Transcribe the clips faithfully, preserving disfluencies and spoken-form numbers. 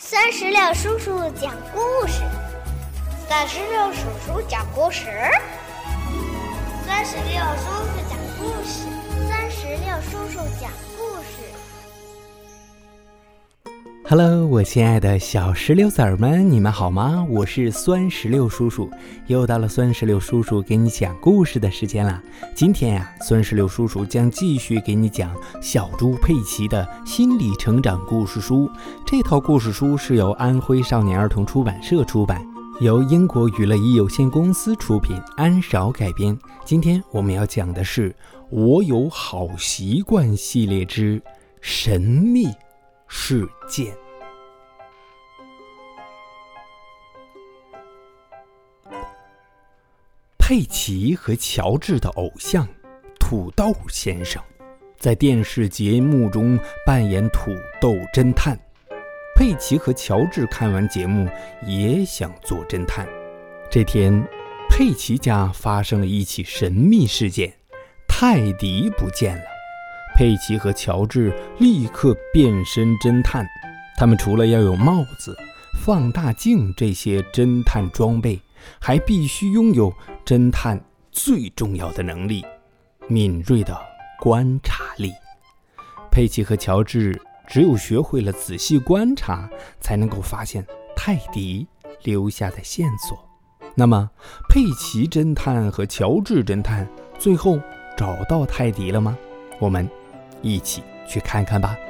三十六叔叔讲故事，三十六叔叔讲故事，三十六叔叔讲故事，三十六叔叔讲故事。 Hello， 我亲爱的小石榴籽儿们，你们好吗？我是酸石榴叔叔，又到了酸石榴叔叔给你讲故事的时间了。今天呀、啊，酸石榴叔叔将继续给你讲小猪佩奇的心理成长故事书。这套故事书是由安徽少年儿童出版社出版，由英国娱乐一有限公司出品，安少改编。今天我们要讲的是我有好习惯系列之神秘事件。佩奇和乔治的偶像土豆先生在电视节目中扮演土豆侦探。佩奇和乔治看完节目也想做侦探。这天，佩奇家发生了一起神秘事件，泰迪不见了。佩奇和乔治立刻变身侦探，他们除了要有帽子、放大镜这些侦探装备，还必须拥有侦探最重要的能力——敏锐的观察力。佩奇和乔治只有学会了仔细观察，才能够发现泰迪留下的线索。那么，佩奇侦探和乔治侦探最后找到泰迪了吗？我们一起去看看吧。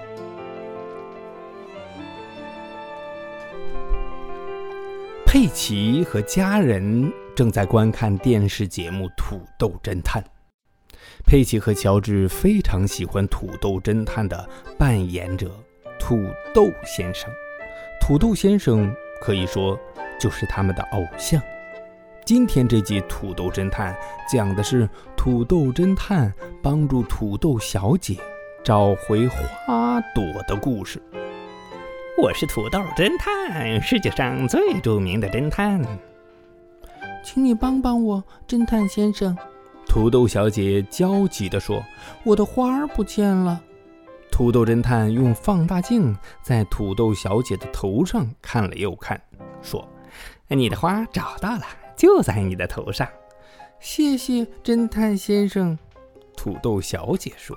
佩奇和家人正在观看电视节目《土豆侦探》。佩奇和乔治非常喜欢土豆侦探的扮演者土豆先生。土豆先生可以说就是他们的偶像。今天这集土豆侦探讲的是土豆侦探帮助土豆小姐找回花朵的故事。我是土豆侦探，世界上最著名的侦探。请你帮帮我，侦探先生。土豆小姐焦急地说，我的花儿不见了。土豆侦探用放大镜在土豆小姐的头上看了又看，说，你的花找到了，就在你的头上。谢谢侦探先生。土豆小姐说，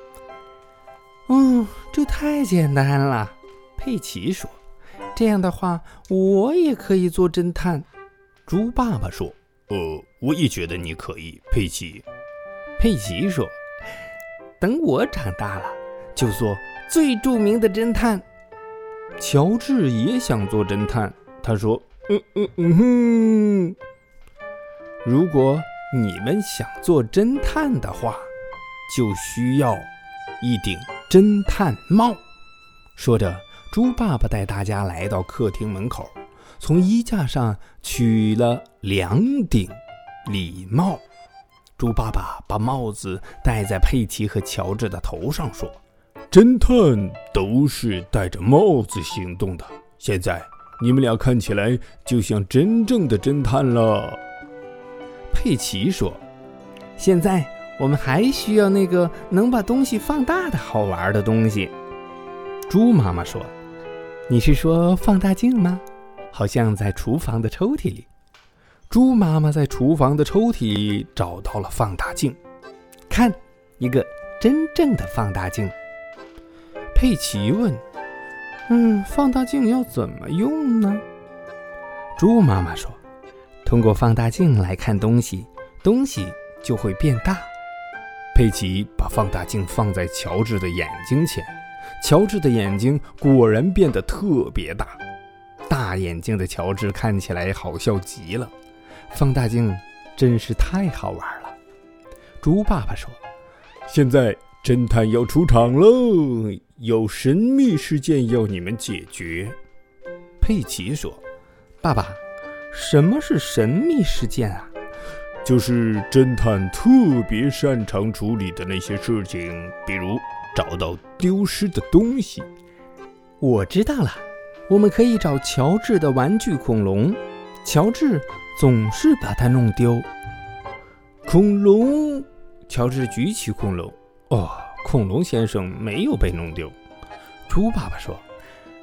嗯，这太简单了。佩奇说，这样的话我也可以做侦探。猪爸爸说，呃，我也觉得你可以，佩奇。佩奇说，等我长大了就做最著名的侦探。乔治也想做侦探，他说，嗯嗯嗯哼，如果你们想做侦探的话，就需要一顶侦探帽。说着，猪爸爸带大家来到客厅门口，从衣架上取了两顶礼帽。猪爸爸把帽子戴在佩奇和乔治的头上，说，侦探都是戴着帽子行动的，现在你们俩看起来就像真正的侦探了。佩奇说，现在我们还需要那个能把东西放大的好玩的东西。猪妈妈说，你是说放大镜吗？好像在厨房的抽屉里。猪妈妈在厨房的抽屉里找到了放大镜，看，一个真正的放大镜。佩奇问，嗯，放大镜要怎么用呢？猪妈妈说，通过放大镜来看东西，东西就会变大。佩奇把放大镜放在乔治的眼睛前，乔治的眼睛果然变得特别大，大眼睛的乔治看起来好笑极了。放大镜真是太好玩了。猪爸爸说，现在侦探要出场喽，有神秘事件要你们解决。佩奇说，爸爸，什么是神秘事件啊？就是侦探特别擅长处理的那些事情，比如找到丢失的东西。我知道了，我们可以找乔治的玩具恐龙，乔治总是把它弄丢。恐龙，乔治举起恐龙，哦，恐龙先生没有被弄丢。猪爸爸说，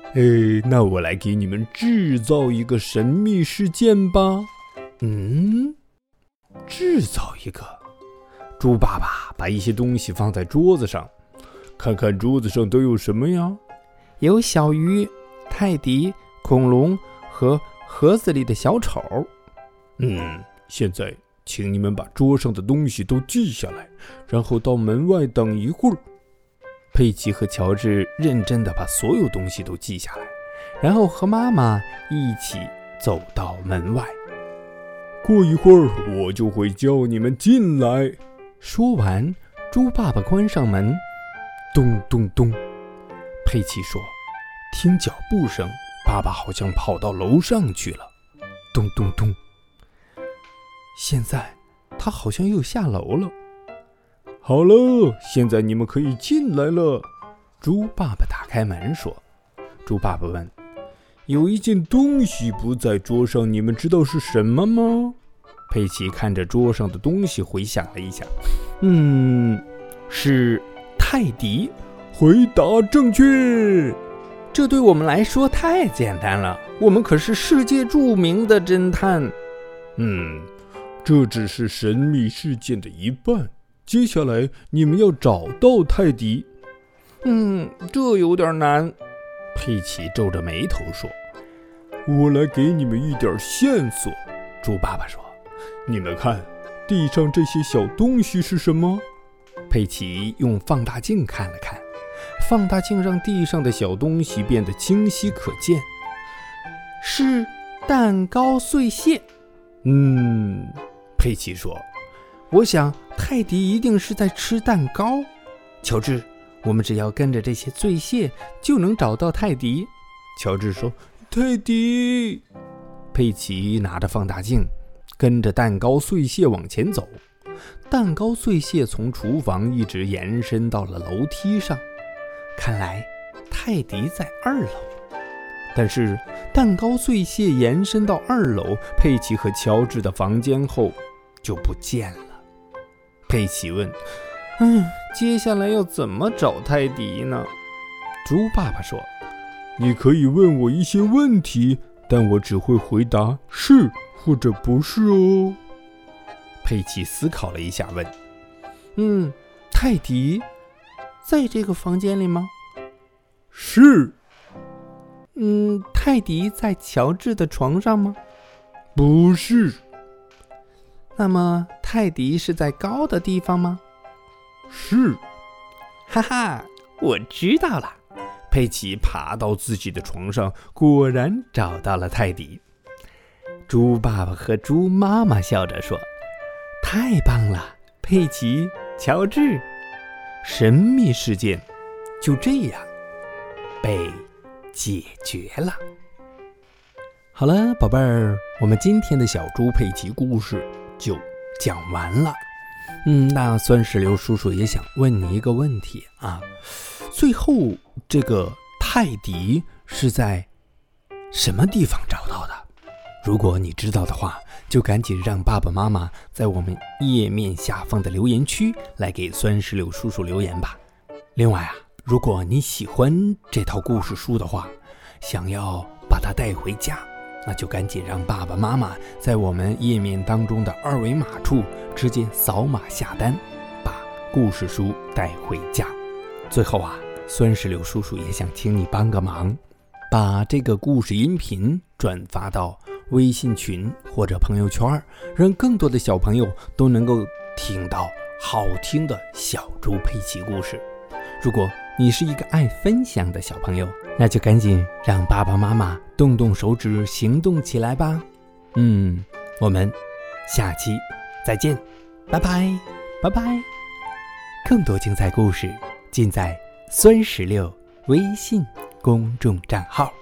哎，那我来给你们制造一个神秘事件吧。嗯，制造一个。猪爸爸把一些东西放在桌子上，看看桌子上都有什么呀？有小鱼、泰迪、恐龙和盒子里的小丑。嗯，现在请你们把桌上的东西都记下来，然后到门外等一会儿。佩奇和乔治认真地把所有东西都记下来，然后和妈妈一起走到门外。过一会儿我就会叫你们进来。说完，猪爸爸关上门，咚咚咚。佩奇说：“听脚步声，爸爸好像跑到楼上去了。”咚咚咚。现在他好像又下楼了。好了，现在你们可以进来了。猪爸爸打开门说。猪爸爸问：“有一件东西不在桌上，你们知道是什么吗？”佩奇看着桌上的东西回想了一下，嗯，是泰迪。回答正确。这对我们来说太简单了，我们可是世界著名的侦探。嗯，这只是神秘事件的一半，接下来你们要找到泰迪。嗯，这有点难。佩奇皱着眉头说。我来给你们一点线索。猪爸爸说。你们看，地上这些小东西是什么？佩奇用放大镜看了看，放大镜让地上的小东西变得清晰可见。是蛋糕碎屑。嗯，佩奇说，我想泰迪一定是在吃蛋糕。乔治，我们只要跟着这些碎屑就能找到泰迪。乔治说，泰迪。佩奇拿着放大镜跟着蛋糕碎屑往前走，蛋糕碎屑从厨房一直延伸到了楼梯上，看来泰迪在二楼。但是蛋糕碎屑延伸到二楼，佩奇和乔治的房间后就不见了。佩奇问：嗯，接下来要怎么找泰迪呢？猪爸爸说：你可以问我一些问题，但我只会回答是或者不是哦。佩奇思考了一下问：嗯，泰迪在这个房间里吗？是。嗯，泰迪在乔治的床上吗？不是。那么泰迪是在高的地方吗？是。哈哈，我知道了。佩奇爬到自己的床上，果然找到了泰迪。猪爸爸和猪妈妈笑着说：太棒了，佩奇、乔治，神秘事件就这样被解决了。好了，宝贝儿，我们今天的小猪佩奇故事就讲完了。嗯，那酸石榴叔叔也想问你一个问题啊，最后这个泰迪是在什么地方找到的？如果你知道的话，就赶紧让爸爸妈妈在我们页面下方的留言区来给酸石榴叔叔留言吧。另外啊，如果你喜欢这套故事书的话，想要把它带回家，那就赶紧让爸爸妈妈在我们页面当中的二维码处直接扫码下单，把故事书带回家。最后啊，酸石榴叔叔也想请你帮个忙，把这个故事音频转发到微信群或者朋友圈，让更多的小朋友都能够听到好听的小猪佩奇故事。如果你是一个爱分享的小朋友，那就赶紧让爸爸妈妈动动手指行动起来吧。嗯，我们下期再见，拜拜拜拜。更多精彩故事尽在酸石榴微信公众账号。